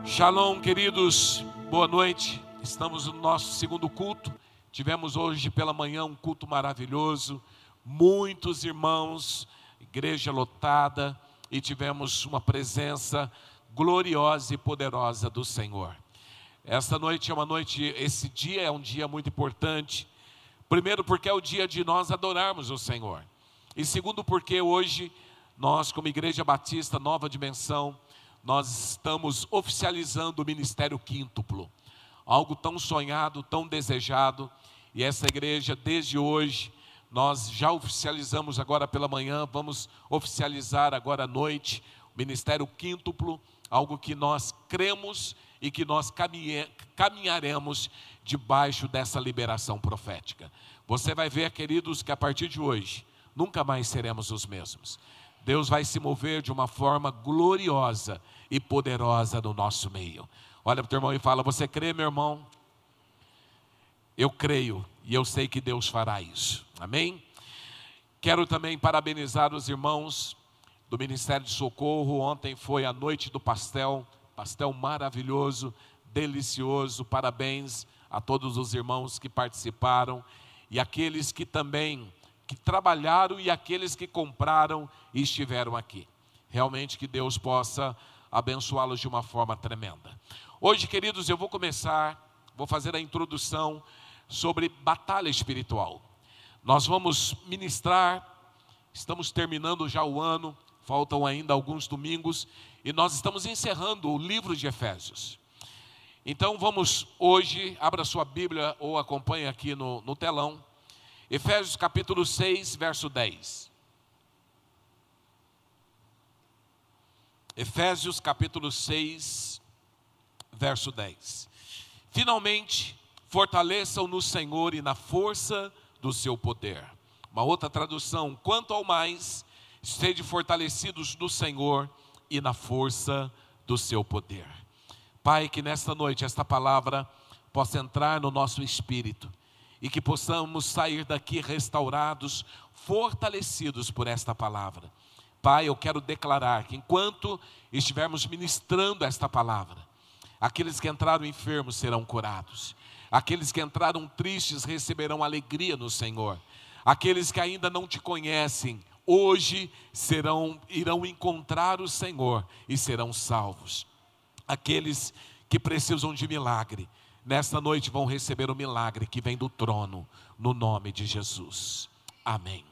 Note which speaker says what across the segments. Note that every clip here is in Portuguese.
Speaker 1: Shalom, queridos, boa noite. Estamos no nosso segundo culto. Tivemos hoje pela manhã um culto maravilhoso, muitos irmãos, igreja lotada, e tivemos uma presença gloriosa e poderosa do Senhor. Esta noite é uma noite, esse dia é um dia muito importante. Primeiro porque é o dia de nós adorarmos o Senhor. E segundo porque hoje nós, como Igreja Batista Nova Dimensão, nós estamos oficializando o ministério quíntuplo. Algo tão sonhado, tão desejado. E essa igreja, desde hoje, nós já oficializamos agora pela manhã, vamos oficializar agora à noite, o ministério quíntuplo, algo que nós cremos e que nós caminharemos debaixo dessa liberação profética. Você vai ver, queridos, que a partir de hoje, nunca mais seremos os mesmos. Deus vai se mover de uma forma gloriosa e poderosa no nosso meio. Olha para o teu irmão e fala: você crê, meu irmão? Eu creio e eu sei que Deus fará isso. Amém? Quero também parabenizar os irmãos do Ministério de Socorro. Ontem foi a noite do pastel maravilhoso, delicioso. Parabéns a todos os irmãos que participaram e aqueles que também trabalharam e aqueles que compraram e estiveram aqui. Realmente que Deus possa abençoá-los de uma forma tremenda. Hoje, queridos, eu vou fazer a introdução sobre batalha espiritual. Nós vamos ministrar, estamos terminando já o ano, faltam ainda alguns domingos, e nós estamos encerrando o livro de Efésios. Então vamos hoje, abra sua Bíblia ou acompanhe aqui no telão, Efésios capítulo 6, verso 10. Efésios capítulo 6, verso 10. Finalmente, fortaleçam no Senhor e na força do seu poder. Uma outra tradução: quanto ao mais, sede fortalecidos no Senhor e na força do seu poder. Pai, que nesta noite esta palavra possa entrar no nosso espírito e que possamos sair daqui restaurados, fortalecidos por esta palavra. Pai, eu quero declarar que enquanto estivermos ministrando esta palavra, aqueles que entraram enfermos serão curados, aqueles que entraram tristes receberão alegria no Senhor, aqueles que ainda não te conhecem, hoje irão encontrar o Senhor e serão salvos. Aqueles que precisam de milagre, nesta noite vão receber o milagre que vem do trono, no nome de Jesus. Amém.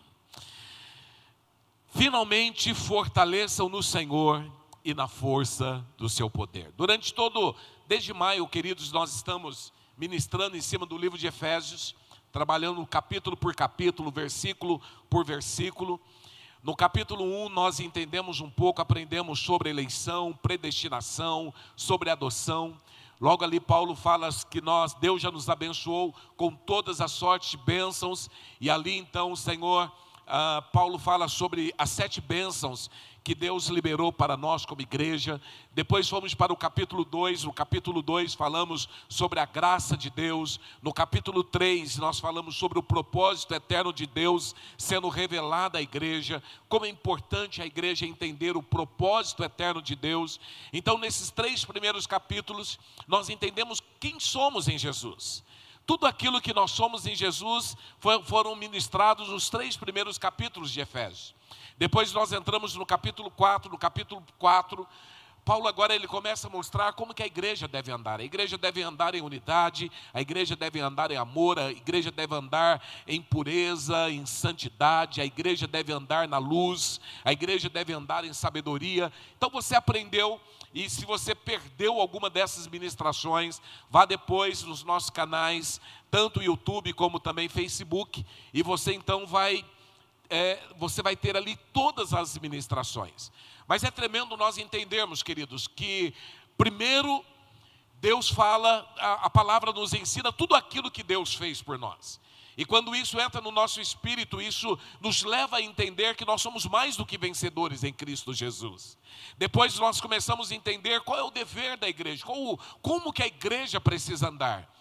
Speaker 1: Finalmente fortaleçam no Senhor e na força do seu poder. Desde maio, queridos, nós estamos ministrando em cima do livro de Efésios, trabalhando capítulo por capítulo, versículo por versículo. No capítulo 1 nós entendemos um pouco, aprendemos sobre eleição, predestinação, sobre adoção. Logo ali Paulo fala que Deus já nos abençoou com todas as sortes de bênçãos. E ali então o Senhor, Paulo fala sobre as 7 bênçãos que Deus liberou para nós como igreja. Depois fomos para o capítulo 2, no capítulo 2 falamos sobre a graça de Deus. No capítulo 3 nós falamos sobre o propósito eterno de Deus sendo revelado à igreja. Como é importante a igreja entender o propósito eterno de Deus. Então nesses 3 primeiros capítulos nós entendemos quem somos em Jesus. Tudo aquilo que nós somos em Jesus foram ministrados nos 3 primeiros capítulos de Efésios. Depois nós entramos no capítulo 4, Paulo agora ele começa a mostrar como que a igreja deve andar. A igreja deve andar em unidade, a igreja deve andar em amor, a igreja deve andar em pureza, em santidade, a igreja deve andar na luz, a igreja deve andar em sabedoria. Então você aprendeu, e se você perdeu alguma dessas ministrações, vá depois nos nossos canais, tanto YouTube como também Facebook, e você então vai ter ali todas as ministrações. Mas é tremendo nós entendermos, queridos, que primeiro Deus fala, a palavra nos ensina tudo aquilo que Deus fez por nós. E quando isso entra no nosso espírito, isso nos leva a entender que nós somos mais do que vencedores em Cristo Jesus. Depois nós começamos a entender qual é o dever da igreja, como que a igreja precisa andar.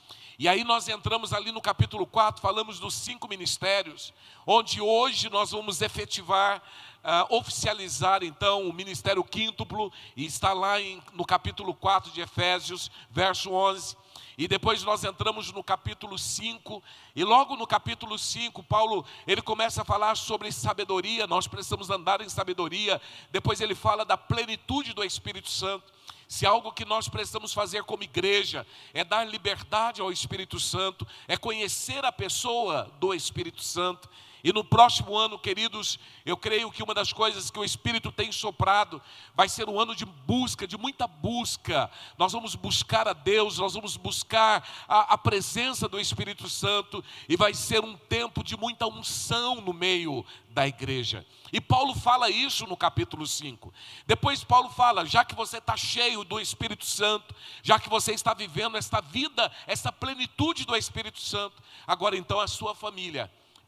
Speaker 1: E aí nós entramos ali no capítulo 4, falamos dos 5 ministérios, onde hoje nós vamos efetivar, oficializar então o ministério quíntuplo, e está lá no capítulo 4 de Efésios, verso 11. E depois nós entramos no capítulo 5, e logo no capítulo 5, Paulo, ele começa a falar sobre sabedoria, nós precisamos andar em sabedoria. Depois ele fala da plenitude do Espírito Santo. Se algo que nós precisamos fazer como igreja é dar liberdade ao Espírito Santo, é conhecer a pessoa do Espírito Santo. E no próximo ano, queridos, eu creio que uma das coisas que o Espírito tem soprado vai ser um ano de busca, de muita busca. Nós vamos buscar a Deus, nós vamos buscar a presença do Espírito Santo, e vai ser um tempo de muita unção no meio da igreja. E Paulo fala isso no capítulo 5. Depois Paulo fala, já que você está cheio do Espírito Santo, já que você está vivendo esta vida, essa plenitude do Espírito Santo, agora então a sua família,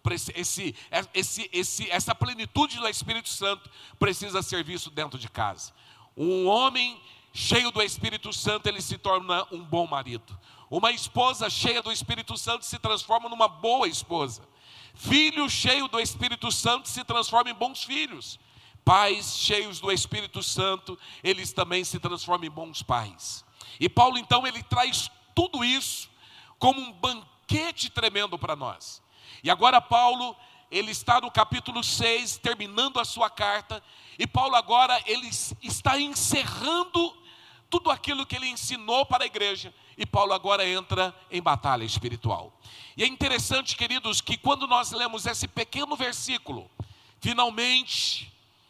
Speaker 1: essa plenitude do Espírito Santo precisa ser visto dentro de casa. Um homem cheio do Espírito Santo, ele se torna um bom marido. Uma esposa cheia do Espírito Santo se transforma numa boa esposa. Filho cheio do Espírito Santo se transforma em bons filhos. Pais cheios do Espírito Santo, eles também se transformam em bons pais. E Paulo então, ele traz tudo isso como um banquete tremendo para nós. E agora Paulo, ele está no capítulo 6, terminando a sua carta, e Paulo agora, ele está encerrando tudo aquilo que ele ensinou para a igreja, e Paulo agora entra em batalha espiritual. E é interessante, queridos, que quando nós lemos esse pequeno versículo, finalmente,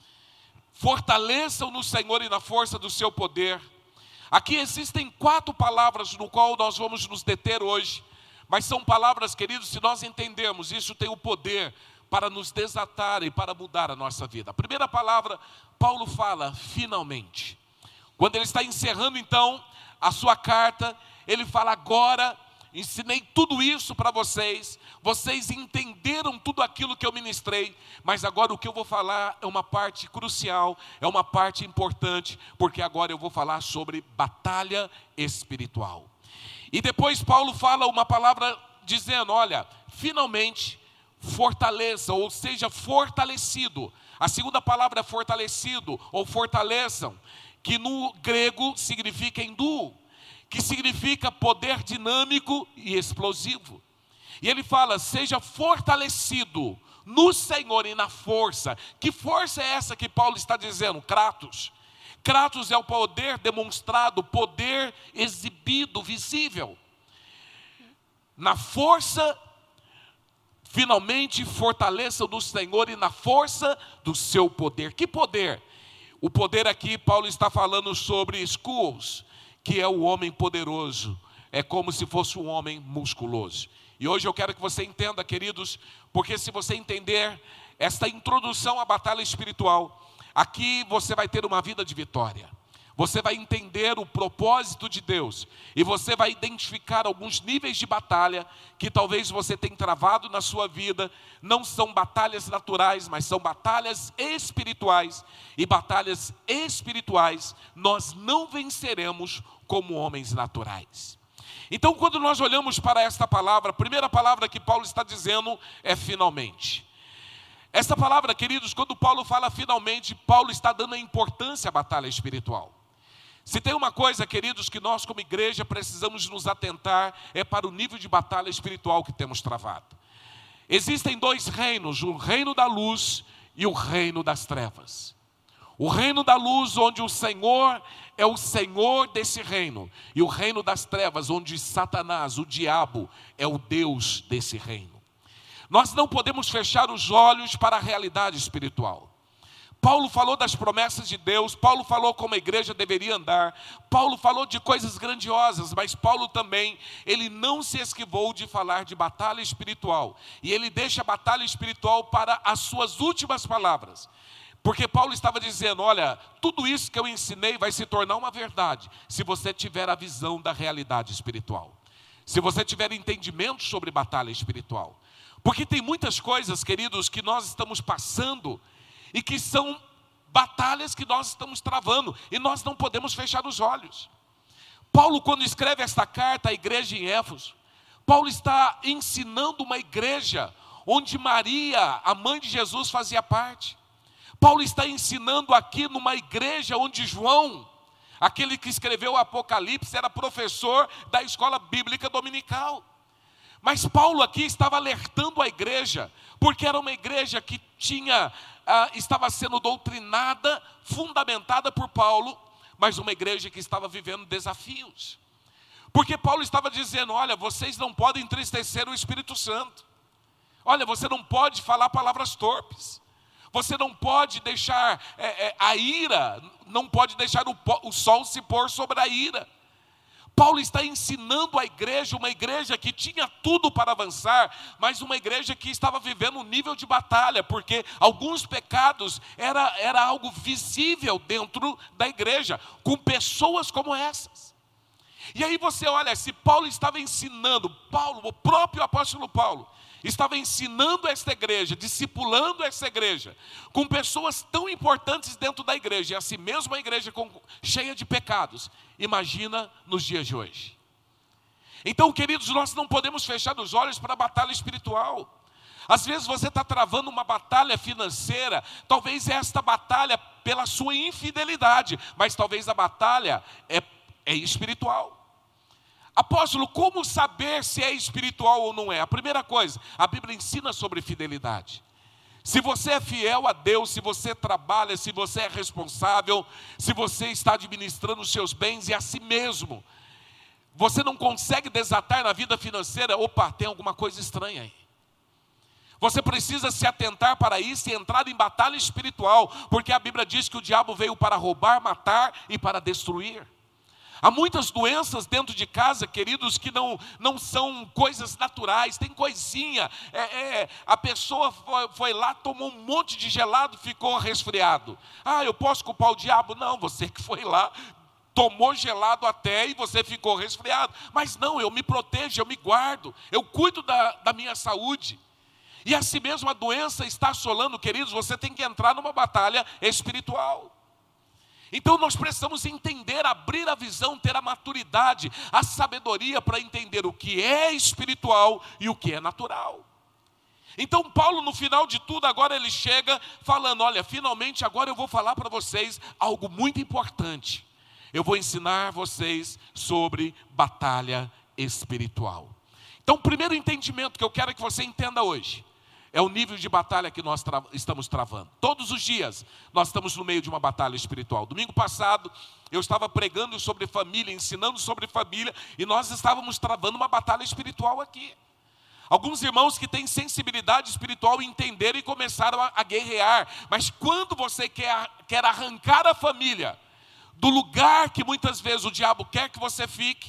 Speaker 1: fortaleçam no Senhor e na força do seu poder. Aqui existem 4 palavras no qual nós vamos nos deter hoje. Mas são palavras, queridos, se nós entendermos, isso tem o poder para nos desatar e para mudar a nossa vida. A primeira palavra, Paulo fala, finalmente. Quando ele está encerrando então a sua carta, ele fala, agora ensinei tudo isso para vocês, vocês entenderam tudo aquilo que eu ministrei, mas agora o que eu vou falar é uma parte crucial, é uma parte importante, porque agora eu vou falar sobre batalha espiritual. E depois Paulo fala uma palavra dizendo, olha, finalmente fortaleça, ou seja, fortalecido. A segunda palavra é fortalecido, ou fortaleçam, que no grego significa enduo, que significa poder dinâmico e explosivo. E ele fala, seja fortalecido no Senhor e na força. Que força é essa que Paulo está dizendo? Kratos. Kratos é o poder demonstrado, poder exibido, visível. Na força, finalmente fortaleça do Senhor e na força do seu poder. Que poder? O poder aqui, Paulo está falando sobre skouos, que é o homem poderoso. É como se fosse um homem musculoso. E hoje eu quero que você entenda, queridos, porque se você entender esta introdução à batalha espiritual, aqui você vai ter uma vida de vitória. Você vai entender o propósito de Deus. E você vai identificar alguns níveis de batalha que talvez você tenha travado na sua vida. Não são batalhas naturais, mas são batalhas espirituais. E batalhas espirituais nós não venceremos como homens naturais. Então, quando nós olhamos para esta palavra, a primeira palavra que Paulo está dizendo é finalmente. Essa palavra, queridos, quando Paulo fala finalmente, Paulo está dando a importância à batalha espiritual. Se tem uma coisa, queridos, que nós como igreja precisamos nos atentar, é para o nível de batalha espiritual que temos travado. Existem 2 reinos, o reino da luz e o reino das trevas. O reino da luz, onde o Senhor é o Senhor desse reino, e o reino das trevas, onde Satanás, o diabo, é o Deus desse reino. Nós não podemos fechar os olhos para a realidade espiritual. Paulo falou das promessas de Deus, Paulo falou como a igreja deveria andar, Paulo falou de coisas grandiosas, mas Paulo também, ele não se esquivou de falar de batalha espiritual. E ele deixa a batalha espiritual para as suas últimas palavras. Porque Paulo estava dizendo, olha, tudo isso que eu ensinei vai se tornar uma verdade, se você tiver a visão da realidade espiritual. Se você tiver entendimento sobre batalha espiritual. Porque tem muitas coisas, queridos, que nós estamos passando e que são batalhas que nós estamos travando e nós não podemos fechar os olhos. Paulo, quando escreve esta carta à igreja em Éfeso, Paulo está ensinando uma igreja onde Maria, a mãe de Jesus, fazia parte. Paulo está ensinando aqui numa igreja onde João, aquele que escreveu o Apocalipse, era professor da escola bíblica dominical. Mas Paulo aqui estava alertando a igreja, porque era uma igreja que estava sendo doutrinada, fundamentada por Paulo, mas uma igreja que estava vivendo desafios. Porque Paulo estava dizendo, olha, vocês não podem entristecer o Espírito Santo. Olha, você não pode falar palavras torpes. Você não pode deixar a ira, não pode deixar o sol se pôr sobre a ira. Paulo está ensinando a igreja, uma igreja que tinha tudo para avançar, mas uma igreja que estava vivendo um nível de batalha, porque alguns pecados era algo visível dentro da igreja, com pessoas como essas. E aí você olha, se Paulo estava ensinando, o próprio apóstolo Paulo, estava ensinando esta igreja, discipulando esta igreja, com pessoas tão importantes dentro da igreja, e assim mesmo a igreja cheia de pecados, imagina nos dias de hoje. Então, queridos, nós não podemos fechar os olhos para a batalha espiritual. Às vezes você está travando uma batalha financeira, talvez esta batalha pela sua infidelidade, mas talvez a batalha é espiritual. Apóstolo, como saber se é espiritual ou não é? A primeira coisa, a Bíblia ensina sobre fidelidade. Se você é fiel a Deus, se você trabalha, se você é responsável, se você está administrando os seus bens e a si mesmo, você não consegue desatar na vida financeira, opa, tem alguma coisa estranha aí. Você precisa se atentar para isso e entrar em batalha espiritual, porque a Bíblia diz que o diabo veio para roubar, matar e para destruir. Há muitas doenças dentro de casa, queridos, que não são coisas naturais, tem coisinha. A pessoa foi lá, tomou um monte de gelado, ficou resfriado. Ah, eu posso culpar o diabo? Não, você que foi lá, tomou gelado até e você ficou resfriado. Mas não, eu me protejo, eu me guardo, eu cuido da minha saúde. E assim mesmo a doença está assolando, queridos, você tem que entrar numa batalha espiritual. Então nós precisamos entender, abrir a visão, ter a maturidade, a sabedoria para entender o que é espiritual e o que é natural. Então Paulo, no final de tudo, agora ele chega falando, olha, finalmente agora eu vou falar para vocês algo muito importante. Eu vou ensinar vocês sobre batalha espiritual. Então o primeiro entendimento que eu quero que você entenda hoje, é o nível de batalha que nós estamos travando. Todos os dias nós estamos no meio de uma batalha espiritual. Domingo passado eu estava pregando sobre família, ensinando sobre família, e nós estávamos travando uma batalha espiritual aqui. Alguns irmãos que têm sensibilidade espiritual entenderam e começaram a guerrear. Mas quando você quer arrancar a família do lugar que muitas vezes o diabo quer que você fique,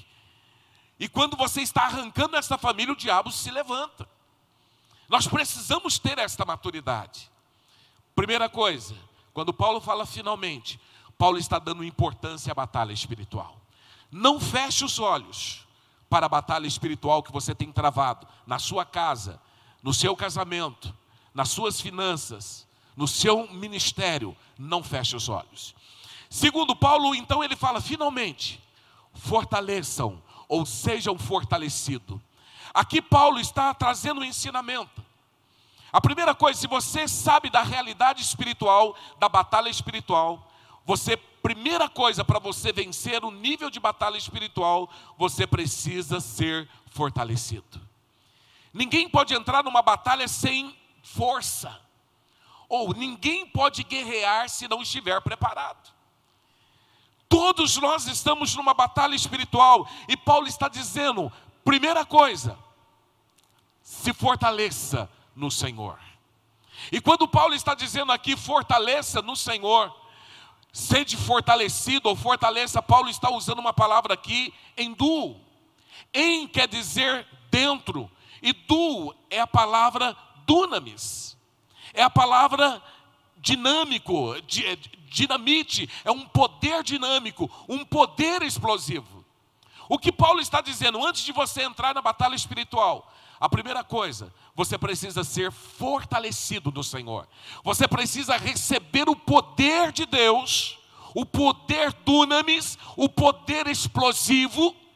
Speaker 1: e quando você está arrancando essa família, o diabo se levanta. Nós precisamos ter esta maturidade. Primeira coisa, quando Paulo fala finalmente, Paulo está dando importância à batalha espiritual. Não feche os olhos para a batalha espiritual que você tem travado na sua casa, no seu casamento, nas suas finanças, no seu ministério. Não feche os olhos. Segundo Paulo, então ele fala, finalmente, fortaleçam ou sejam fortalecidos. Aqui Paulo está trazendo um ensinamento. A primeira coisa, se você sabe da realidade espiritual, da batalha espiritual, primeira coisa para você vencer o nível de batalha espiritual, você precisa ser fortalecido. Ninguém pode entrar numa batalha sem força. Ou ninguém pode guerrear se não estiver preparado. Todos nós estamos numa batalha espiritual e Paulo está dizendo, primeira coisa, se fortaleça no Senhor. E quando Paulo está dizendo aqui, fortaleça no Senhor, sede fortalecido ou fortaleça, Paulo está usando uma palavra aqui, enduo. En quer dizer dentro, e duo é a palavra dunamis. É a palavra dinâmico, dinamite, é um poder dinâmico, um poder explosivo. O que Paulo está dizendo, antes de você entrar na batalha espiritual, a primeira coisa, você precisa ser fortalecido no Senhor. Você precisa receber o poder de Deus, o poder dunamis, o poder explosivo,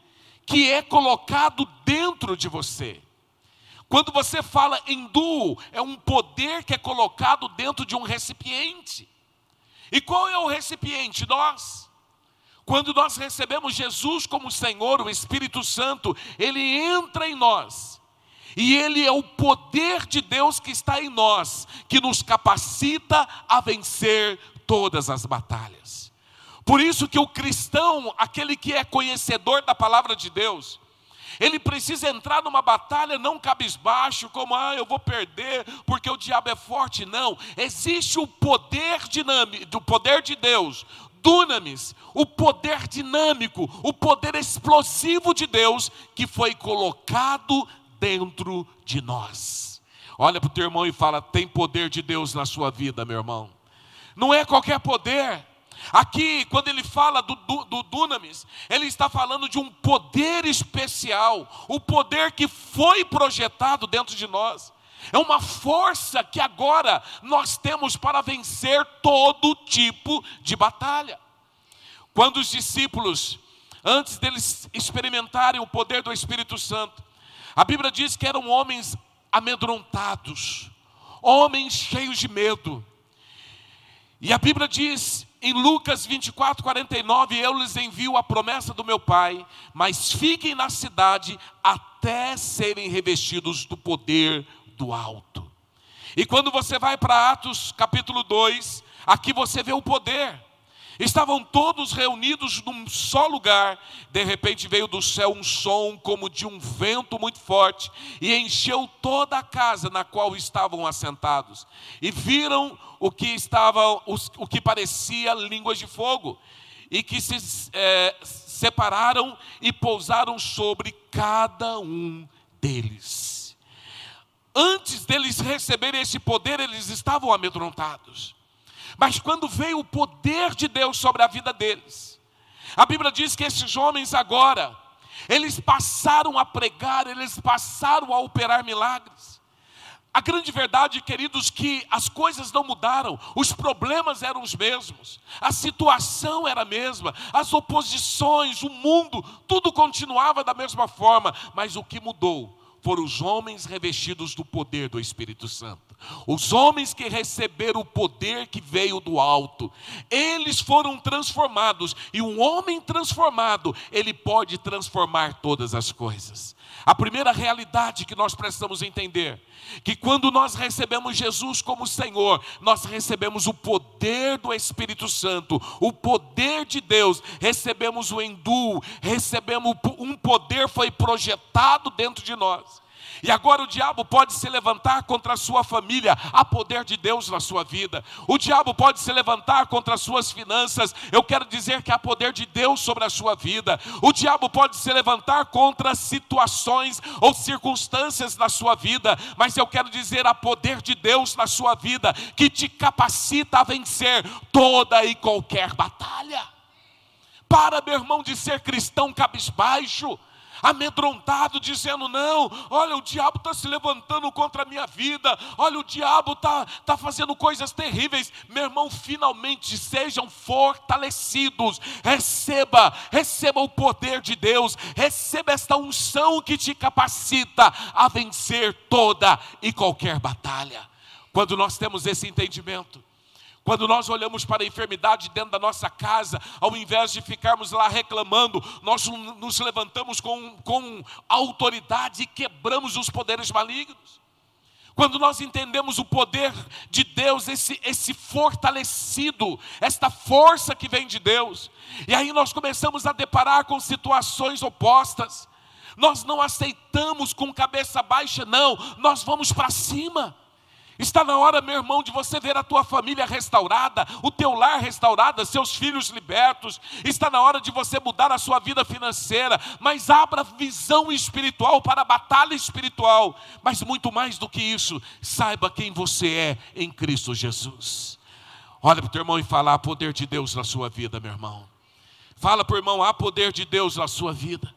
Speaker 1: que é colocado dentro de você. Quando você fala enduo, é um poder que é colocado dentro de um recipiente. E qual é o recipiente? Nós. Quando nós recebemos Jesus como Senhor, o Espírito Santo, Ele entra em nós. E Ele é o poder de Deus que está em nós, que nos capacita a vencer todas as batalhas. Por isso que o cristão, aquele que é conhecedor da palavra de Deus, ele precisa entrar numa batalha não cabisbaixo, como, eu vou perder porque o diabo é forte. Não, existe o poder dinâmico, do poder de Deus, dunamis, o poder dinâmico, o poder explosivo de Deus, que foi colocado dentro de nós. Olha para o teu irmão e fala, tem poder de Deus na sua vida, meu irmão. Não é qualquer poder. Aqui, quando ele fala do dunamis, ele está falando de um poder especial, o poder que foi projetado dentro de nós. É uma força que agora nós temos para vencer todo tipo de batalha. Quando os discípulos, antes deles experimentarem o poder do Espírito Santo, a Bíblia diz que eram homens amedrontados, homens cheios de medo. E a Bíblia diz em Lucas 24:49, eu lhes envio a promessa do meu Pai, mas fiquem na cidade até serem revestidos do poder do alto. E quando você vai para Atos capítulo 2, aqui você vê o poder. Estavam todos reunidos num só lugar, de repente veio do céu um som como de um vento muito forte, e encheu toda a casa na qual estavam assentados, e viram o que parecia línguas de fogo, e que se separaram e pousaram sobre cada um deles. Antes deles receberem esse poder, eles estavam amedrontados. Mas quando veio o poder de Deus sobre a vida deles, a Bíblia diz que esses homens agora, eles passaram a pregar, eles passaram a operar milagres. A grande verdade, queridos, que as coisas não mudaram, os problemas eram os mesmos, a situação era a mesma, as oposições, o mundo, tudo continuava da mesma forma, mas o que mudou foram os homens revestidos do poder do Espírito Santo. Os homens que receberam o poder que veio do alto, eles foram transformados. E um homem transformado, ele pode transformar todas as coisas. A primeira realidade que nós precisamos entender, que quando nós recebemos Jesus como Senhor, nós recebemos o poder do Espírito Santo, o poder de Deus, recebemos o enduo, recebemos um poder, foi projetado dentro de nós. E agora o diabo pode se levantar contra a sua família, há poder de Deus na sua vida. O diabo pode se levantar contra as suas finanças, eu quero dizer que há poder de Deus sobre a sua vida. O diabo pode se levantar contra situações ou circunstâncias na sua vida, mas eu quero dizer, há poder de Deus na sua vida, que te capacita a vencer toda e qualquer batalha. Para, meu irmão, de ser cristão cabisbaixo, amedrontado, dizendo, não, olha, o diabo está se levantando contra a minha vida, olha, o diabo está fazendo coisas terríveis. Meu irmão, finalmente sejam fortalecidos, receba o poder de Deus, receba esta unção que te capacita a vencer toda e qualquer batalha. Quando nós temos esse entendimento, quando nós olhamos para a enfermidade dentro da nossa casa, ao invés de ficarmos lá reclamando, nós nos levantamos com autoridade e quebramos os poderes malignos. Quando nós entendemos o poder de Deus, esse fortalecido, esta força que vem de Deus, e aí nós começamos a deparar com situações opostas, nós não aceitamos com cabeça baixa, não, nós vamos para cima. Está na hora, meu irmão, de você ver a tua família restaurada, o teu lar restaurado, seus filhos libertos. Está na hora de você mudar a sua vida financeira, mas abra visão espiritual para a batalha espiritual. Mas muito mais do que isso, saiba quem você é em Cristo Jesus. Olha para o teu irmão e fala, há poder de Deus na sua vida, meu irmão. Fala para o irmão, há poder de Deus na sua vida.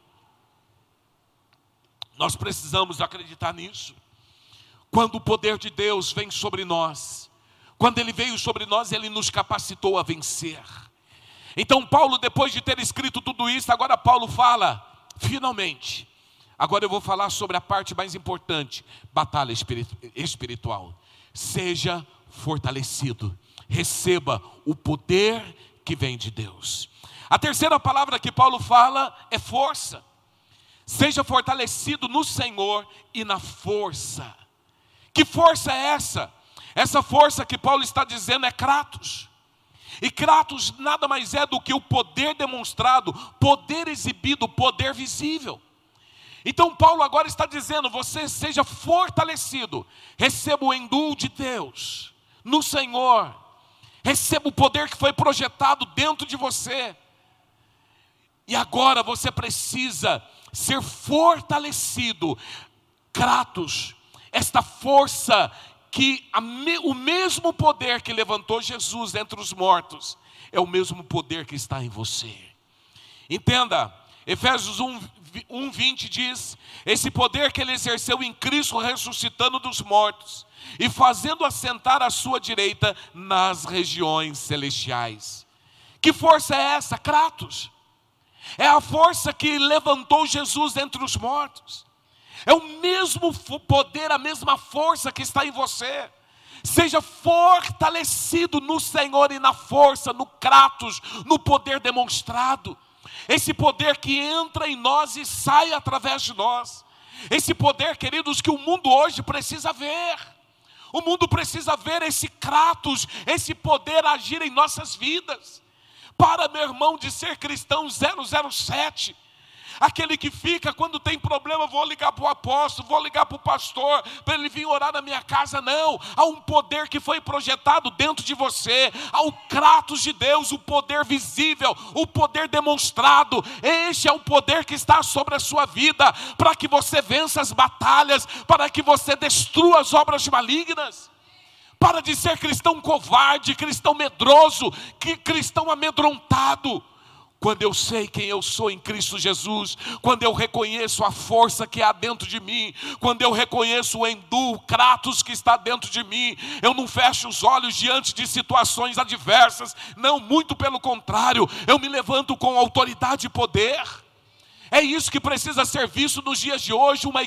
Speaker 1: Nós precisamos acreditar nisso. Quando o poder de Deus vem sobre nós, quando Ele veio sobre nós, Ele nos capacitou a vencer. Então Paulo, depois de ter escrito tudo isso, agora Paulo fala, finalmente, agora eu vou falar sobre a parte mais importante, batalha espiritual. Seja fortalecido, receba o poder que vem de Deus. A terceira palavra que Paulo fala é força. Seja fortalecido no Senhor e na força. Que força é essa? Essa força que Paulo está dizendo é Kratos. E Kratos nada mais é do que o poder demonstrado, poder exibido, poder visível. Então Paulo agora está dizendo: você seja fortalecido, receba o enduo de Deus no Senhor, receba o poder que foi projetado dentro de você. E agora você precisa ser fortalecido. Kratos, esta força que o mesmo poder que levantou Jesus dentre os mortos, é o mesmo poder que está em você. Entenda, Efésios 1:20 diz: esse poder que ele exerceu em Cristo, ressuscitando dos mortos e fazendo assentar à sua direita nas regiões celestiais. Que força é essa? Kratos. É a força que levantou Jesus entre os mortos. É o mesmo poder, a mesma força que está em você. Seja fortalecido no Senhor e na força, no Kratos, no poder demonstrado. Esse poder que entra em nós e sai através de nós. Esse poder, queridos, que o mundo hoje precisa ver. O mundo precisa ver esse Kratos, esse poder agir em nossas vidas. Para, meu irmão, de ser cristão 007, aquele que fica, quando tem problema, vou ligar para o apóstolo, vou ligar para o pastor, para ele vir orar na minha casa. Não, há um poder que foi projetado dentro de você, há o Kratos de Deus, o poder visível, o poder demonstrado. Este é o poder que está sobre a sua vida, para que você vença as batalhas, para que você destrua as obras malignas. Para de ser cristão covarde, cristão medroso, cristão amedrontado. Quando eu sei quem eu sou em Cristo Jesus, quando eu reconheço a força que há dentro de mim, quando eu reconheço o enduo, Kratos que está dentro de mim, eu não fecho os olhos diante de situações adversas. Não, muito pelo contrário, eu me levanto com autoridade e poder. É isso que precisa ser visto nos dias de hoje, uma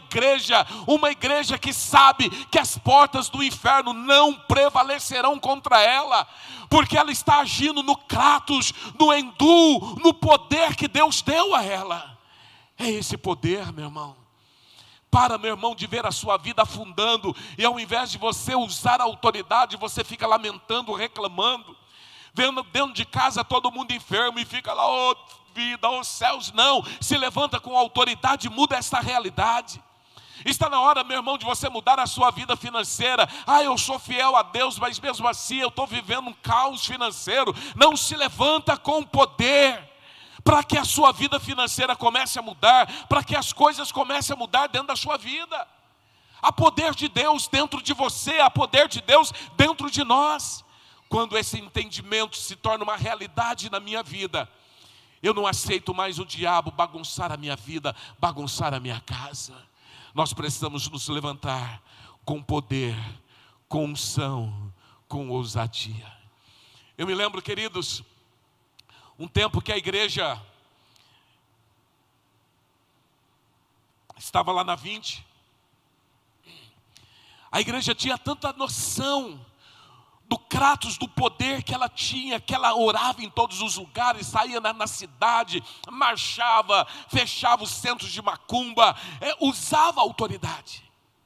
Speaker 1: igreja que sabe que as portas do inferno não prevalecerão contra ela, porque ela está agindo no Kratos, no enduo, no poder que Deus deu a ela. É esse poder, meu irmão. Para, meu irmão, de ver a sua vida afundando, e ao invés de você usar a autoridade, você fica lamentando, reclamando, vendo dentro de casa todo mundo enfermo e fica lá, oh vida, oh céus. Não, se levanta com autoridade e muda essa realidade. Está na hora, meu irmão, de você mudar a sua vida financeira. Eu sou fiel a Deus, mas mesmo assim eu estou vivendo um caos financeiro. Não, se levanta com poder, para que a sua vida financeira comece a mudar, para que as coisas comecem a mudar dentro da sua vida. Há poder de Deus dentro de você, há poder de Deus dentro de nós. Quando esse entendimento se torna uma realidade na minha vida, eu não aceito mais o diabo bagunçar a minha vida, bagunçar a minha casa. Nós precisamos nos levantar com poder, com unção, com ousadia. Eu me lembro, queridos, um tempo que a igreja estava lá na 20. A igreja tinha tanta noção do Kratos, do poder que ela tinha, que ela orava em todos os lugares, saía na cidade, marchava, fechava os centros de macumba, usava a autoridade.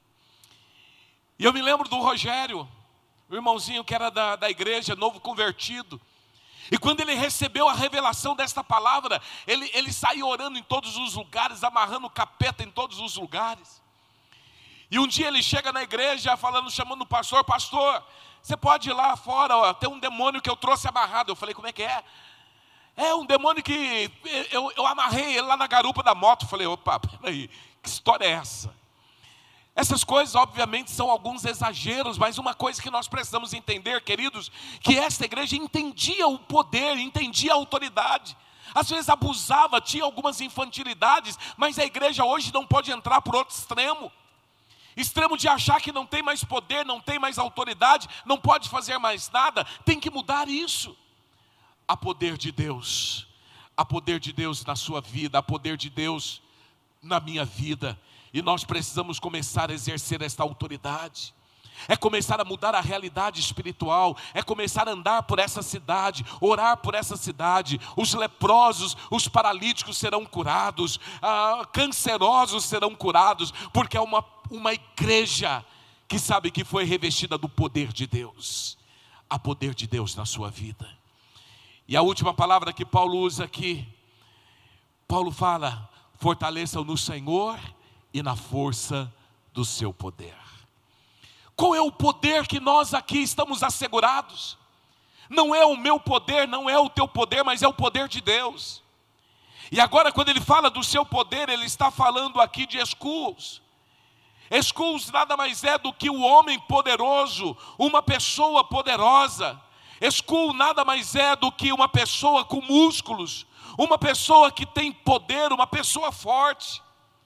Speaker 1: E eu me lembro do Rogério, o irmãozinho que era da igreja, novo convertido. E quando ele recebeu a revelação desta palavra, ele saía orando em todos os lugares, amarrando o capeta em todos os lugares. E um dia ele chega na igreja chamando o pastor: pastor, você pode ir lá fora, ó, tem um demônio que eu trouxe amarrado. Eu falei: como é que é? É um demônio que eu amarrei ele lá na garupa da moto. Eu falei: opa, peraí, que história é essa? Essas coisas obviamente são alguns exageros, mas uma coisa que nós precisamos entender, queridos, que esta igreja entendia o poder, entendia a autoridade. Às vezes abusava, tinha algumas infantilidades, mas a igreja hoje não pode entrar por outro extremo. Extremo de achar que não tem mais poder, não tem mais autoridade, não pode fazer mais nada. Tem que mudar isso. Há poder de Deus na sua vida, há poder de Deus na minha vida. E nós precisamos começar a exercer esta autoridade. É começar a mudar a realidade espiritual. É começar a andar por essa cidade, orar por essa cidade. Os leprosos, os paralíticos serão curados, cancerosos serão curados, porque é uma igreja que sabe que foi revestida do poder de Deus. Há poder de Deus na sua vida. E a última palavra que Paulo usa aqui, Paulo fala: fortaleçam no Senhor e na força do seu poder. Qual é o poder que nós aqui estamos assegurados? Não é o meu poder, não é o teu poder, mas é o poder de Deus. E agora, quando ele fala do seu poder, ele está falando aqui de escudos. Escudos nada mais é do que o homem poderoso, uma pessoa poderosa. Escudo nada mais é do que uma pessoa com músculos, uma pessoa que tem poder, uma pessoa forte.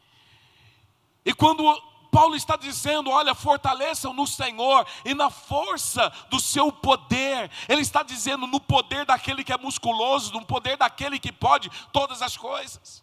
Speaker 1: E quando Paulo está dizendo: olha, fortaleçam no Senhor e na força do seu poder, ele está dizendo no poder daquele que é musculoso, no poder daquele que pode todas as coisas.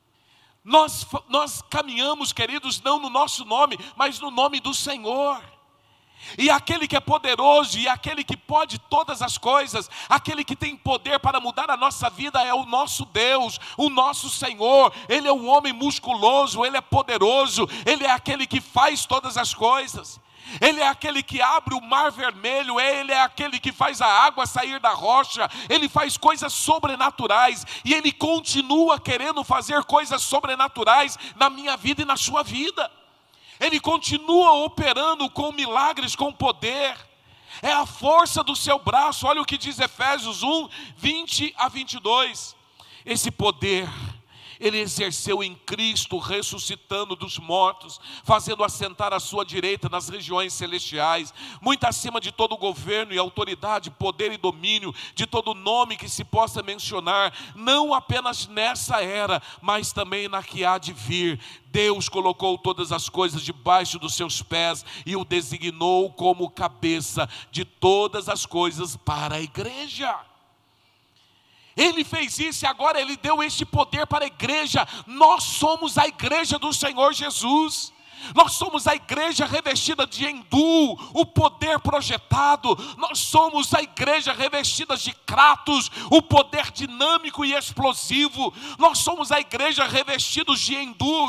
Speaker 1: Nós caminhamos, queridos, não no nosso nome, mas no nome do Senhor. E aquele que é poderoso e aquele que pode todas as coisas, aquele que tem poder para mudar a nossa vida é o nosso Deus, o nosso Senhor. Ele é um homem musculoso, Ele é poderoso, Ele é aquele que faz todas as coisas. Ele é aquele que abre o mar vermelho, Ele é aquele que faz a água sair da rocha. Ele faz coisas sobrenaturais e Ele continua querendo fazer coisas sobrenaturais na minha vida e na sua vida. Ele continua operando com milagres, com poder. É a força do seu braço. Olha o que diz Efésios 1, 20 a 22. Esse poder Ele exerceu em Cristo, ressuscitando dos mortos, fazendo assentar à sua direita nas regiões celestiais, muito acima de todo governo e autoridade, poder e domínio, de todo nome que se possa mencionar, não apenas nessa era, mas também na que há de vir. Deus colocou todas as coisas debaixo dos seus pés e o designou como cabeça de todas as coisas para a igreja. Ele fez isso e agora Ele deu este poder para a igreja. Nós somos a igreja do Senhor Jesus. Nós somos a igreja revestida de endu, o poder projetado. Nós somos a igreja revestida de kratos, o poder dinâmico e explosivo. Nós somos a igreja revestida de endu,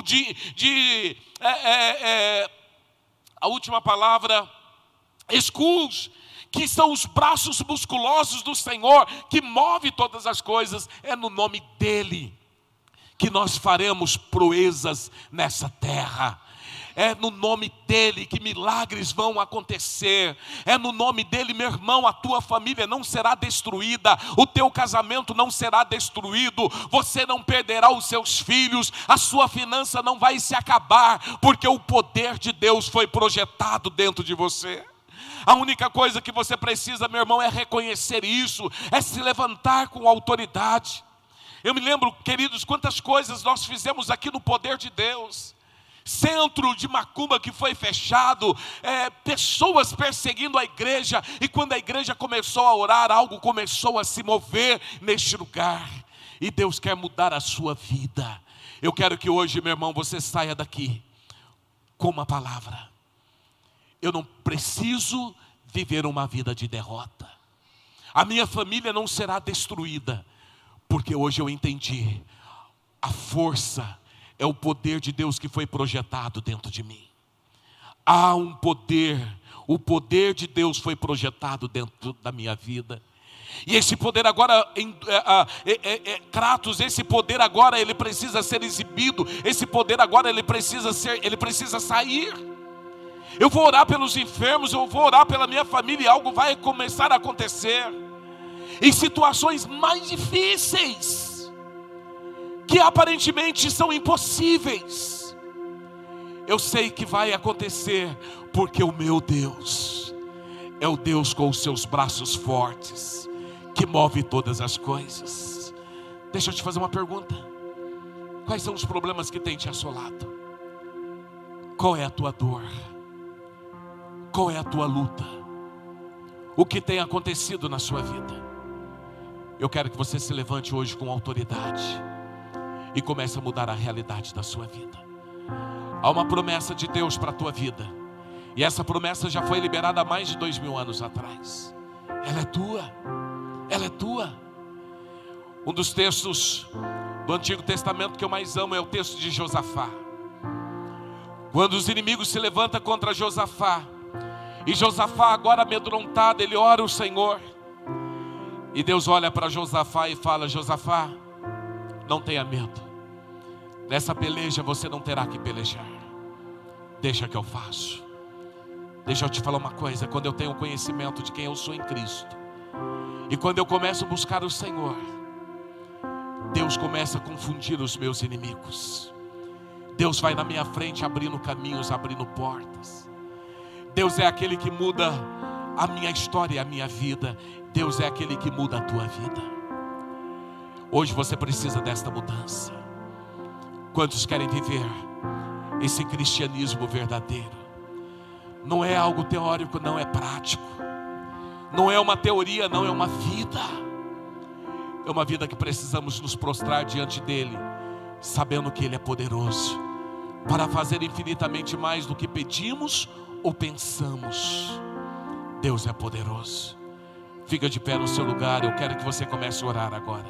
Speaker 1: a última palavra, escudos, que são os braços musculosos do Senhor, que move todas as coisas. É no nome dEle que nós faremos proezas nessa terra. É no nome dEle que milagres vão acontecer. É no nome dEle, meu irmão, a tua família não será destruída, o teu casamento não será destruído, você não perderá os seus filhos, a sua finança não vai se acabar, porque o poder de Deus foi projetado dentro de você. A única coisa que você precisa, meu irmão, é reconhecer isso, é se levantar com autoridade. Eu me lembro, queridos, quantas coisas nós fizemos aqui no poder de Deus. Centro de macumba que foi fechado, pessoas perseguindo a igreja, e quando a igreja começou a orar, algo começou a se mover neste lugar, e Deus quer mudar a sua vida. Eu quero que hoje, meu irmão, você saia daqui com uma palavra. Eu não preciso viver uma vida de derrota. A minha família não será destruída, porque hoje eu entendi, a força é o poder de Deus que foi projetado dentro de mim. Há um poder, o poder de Deus foi projetado dentro da minha vida. E esse poder agora, kratos, esse poder agora ele precisa ser exibido, esse poder agora ele precisa sair. Eu vou orar pelos enfermos, eu vou orar pela minha família e algo vai começar a acontecer. Em situações mais difíceis, que aparentemente são impossíveis, eu sei que vai acontecer, porque o meu Deus é o Deus com os seus braços fortes, que move todas as coisas. Deixa eu te fazer uma pergunta. Quais são os problemas que tem te assolado? Qual é a tua dor? Qual é a tua luta? O que tem acontecido na sua vida? Eu quero que você se levante hoje com autoridade. e comece a mudar a realidade da sua vida. Há uma promessa de Deus para a tua vida, e essa promessa já foi liberada há mais de 2000 anos atrás. Ela é tua, ela é tua. Um dos textos do Antigo Testamento que eu mais amo é o texto de Josafá. Quando os inimigos se levantam contra Josafá, e Josafá agora amedrontado, ele ora ao Senhor, e Deus olha para Josafá e fala: Josafá, não tenha medo, nessa peleja você não terá que pelejar, deixa que eu faço. Deixa eu te falar uma coisa, quando eu tenho conhecimento de quem eu sou em Cristo, e quando eu começo a buscar o Senhor, Deus começa a confundir os meus inimigos. Deus vai na minha frente abrindo caminhos, abrindo portas. Deus é aquele que muda a minha história e a minha vida. Deus é aquele que muda a tua vida. Hoje você precisa desta mudança. Quantos querem viver esse cristianismo verdadeiro? Não é algo teórico, não é prático. Não é uma teoria, não é uma vida. É uma vida que precisamos nos prostrar diante dele, sabendo que ele é poderoso para fazer infinitamente mais do que pedimos ou pensamos. Deus é poderoso. Fica de pé no seu lugar, eu quero que você comece a orar agora.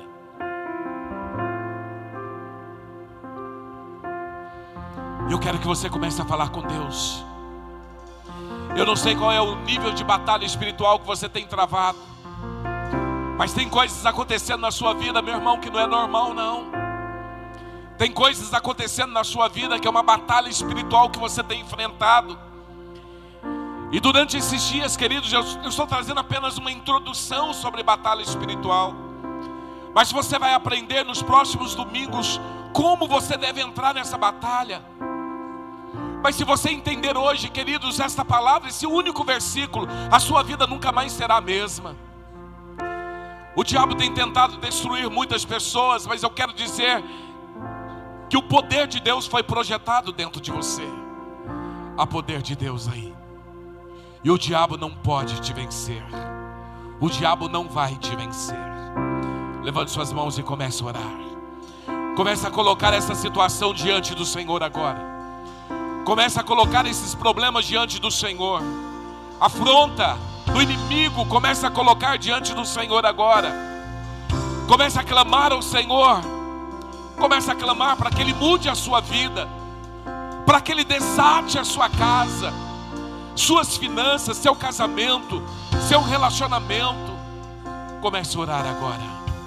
Speaker 1: Eu quero que você comece a falar com Deus. Eu não sei qual é o nível de batalha espiritual que você tem travado, mas tem coisas acontecendo na sua vida, meu irmão, que não é normal não. Tem coisas acontecendo na sua vida que é uma batalha espiritual que você tem enfrentado. E durante esses dias, queridos, eu estou trazendo apenas uma introdução sobre batalha espiritual, mas você vai aprender nos próximos domingos como você deve entrar nessa batalha. Mas se você entender hoje, queridos, esta palavra, esse único versículo, a sua vida nunca mais será a mesma. O diabo tem tentado destruir muitas pessoas, mas eu quero dizer que o poder de Deus foi projetado dentro de você. Há poder de Deus aí, e o diabo não pode te vencer. O diabo não vai te vencer. Levante suas mãos e comece a orar. Comece a colocar essa situação diante do Senhor agora. Comece a colocar esses problemas diante do Senhor. A afronta do inimigo, comece a colocar diante do Senhor agora. Comece a clamar ao Senhor. Comece a clamar para que Ele mude a sua vida, para que Ele desate a sua casa, suas finanças, seu casamento, seu relacionamento. Comece a orar agora.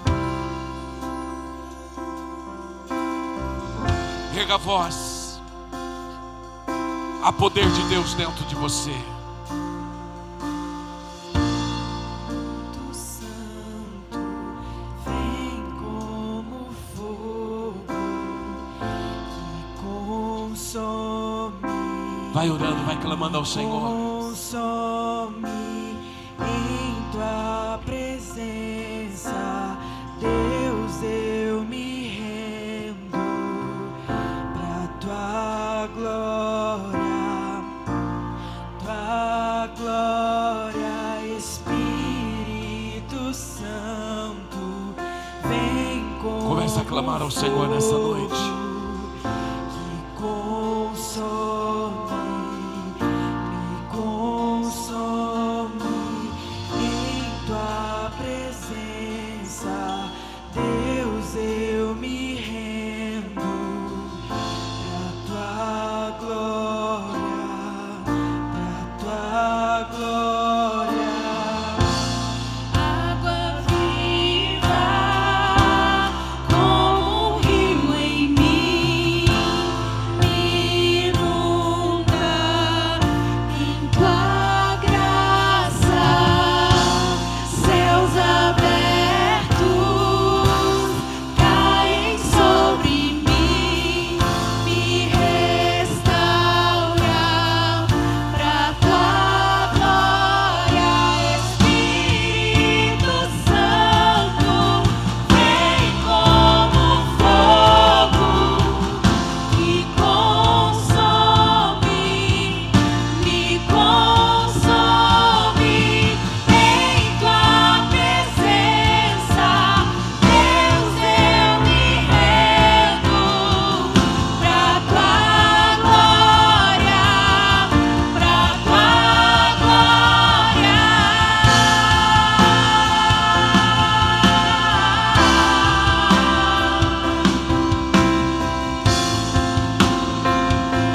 Speaker 1: Erga a voz. Há poder de Deus dentro de você.
Speaker 2: Santo, vem como fogo que consome.
Speaker 1: Vai orando, vai clamando ao Senhor.
Speaker 2: Consome em tua presença, Deus, eu me rendo pra tua glória. Glória, Espírito Santo, vem como
Speaker 1: Comece a clamar ao Senhor nessa noite.
Speaker 2: Que consome, me consome em tua presença, Deus, eu me rendo pra tua glória. Glória, água viva como um rio em mim.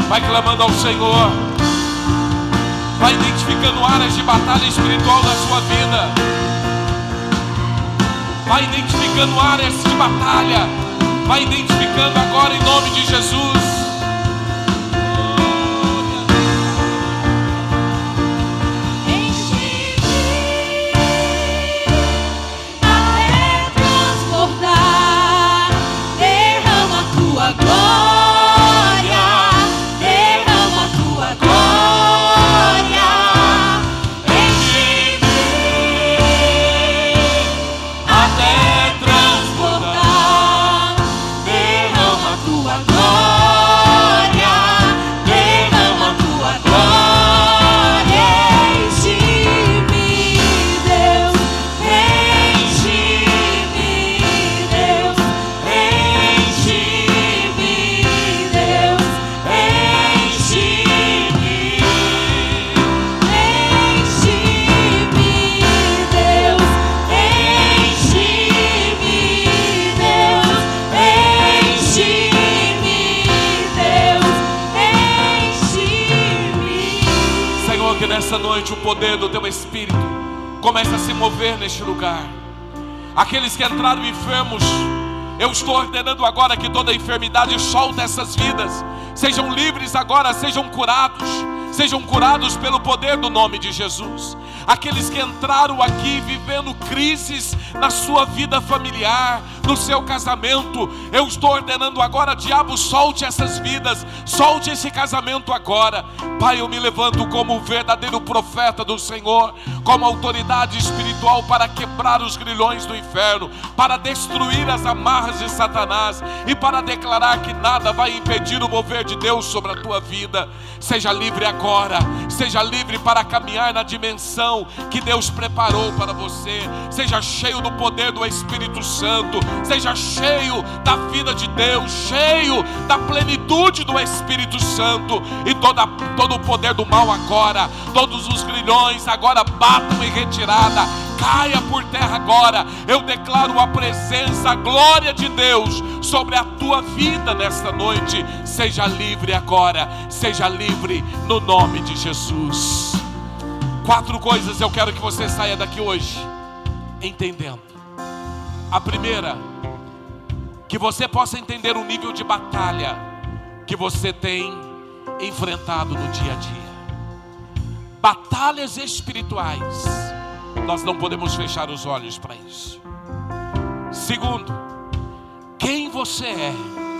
Speaker 1: Vai clamando ao Senhor. Vai identificando áreas de batalha espiritual na sua vida. Vai identificando áreas de batalha. Vai identificando agora em nome de Jesus. Nessa noite o poder do teu Espírito começa a se mover neste lugar. Aqueles que entraram enfermos, eu estou ordenando agora que toda enfermidade solte essas vidas. Sejam livres agora, sejam curados pelo poder do nome de Jesus. Aqueles que entraram aqui vivendo crises na sua vida familiar, no seu casamento, eu estou ordenando agora, diabo, solte essas vidas, solte esse casamento agora. Pai, eu me levanto como verdadeiro profeta do Senhor, como autoridade espiritual para quebrar os grilhões do inferno, para destruir as amarras de Satanás e para declarar que nada vai impedir o mover de Deus sobre a tua vida. Seja livre agora, seja livre para caminhar na dimensão que Deus preparou para você. Seja cheio do poder do Espírito Santo, seja cheio da vida de Deus, cheio da plenitude do Espírito Santo. E todo o poder do mal agora, todos os grilhões agora batam em retirada, caia por terra agora. Eu declaro a presença, a glória de Deus sobre a tua vida nesta noite. Seja livre agora, seja livre no nome de Jesus. 4 coisas eu quero que você saia daqui hoje entendendo. A primeira, que você possa entender o nível de batalha que você tem enfrentado no dia a dia. Batalhas espirituais, nós não podemos fechar os olhos para isso. Segundo, quem você é.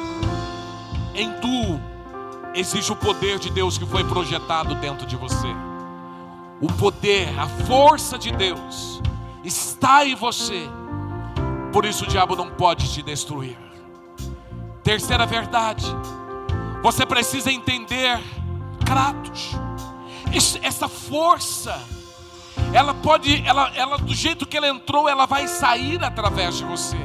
Speaker 1: Em tu existe o poder de Deus que foi projetado dentro de você. O poder, a força de Deus está em você. Por isso o diabo não pode te destruir. Terceira verdade, você precisa entender, Kratos, essa força, ela do jeito que ela entrou, ela vai sair através de você.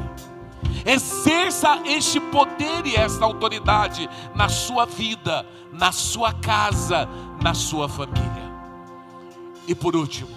Speaker 1: Exerça este poder e esta autoridade na sua vida, na sua casa, na sua família. E por último,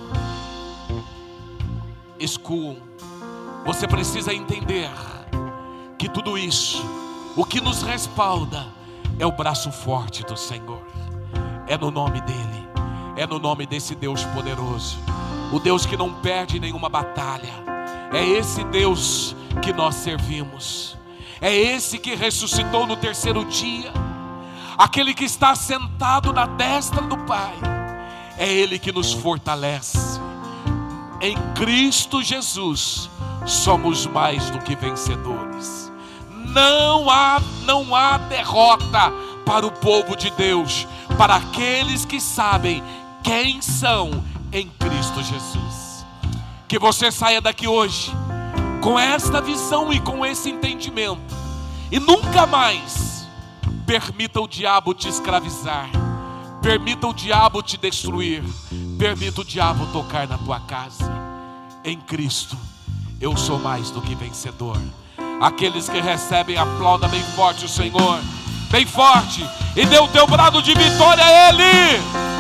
Speaker 1: você precisa entender que tudo isso, o que nos respalda, é o braço forte do Senhor. É no nome dEle, é no nome desse Deus poderoso, o Deus que não perde nenhuma batalha. É esse Deus que nós servimos. É esse que ressuscitou no terceiro dia, aquele que está sentado na destra do Pai. É Ele que nos fortalece. Em Cristo Jesus somos mais do que vencedores. Não há derrota para o povo de Deus, para aqueles que sabem quem são em Cristo Jesus. Que você saia daqui hoje com esta visão e com esse entendimento, e nunca mais permita o diabo te escravizar, permita o diabo te destruir, permita o diabo tocar na tua casa. Em Cristo eu sou mais do que vencedor. Aqueles que recebem, aplauda bem forte o Senhor, bem forte, e dê o teu brado de vitória a Ele.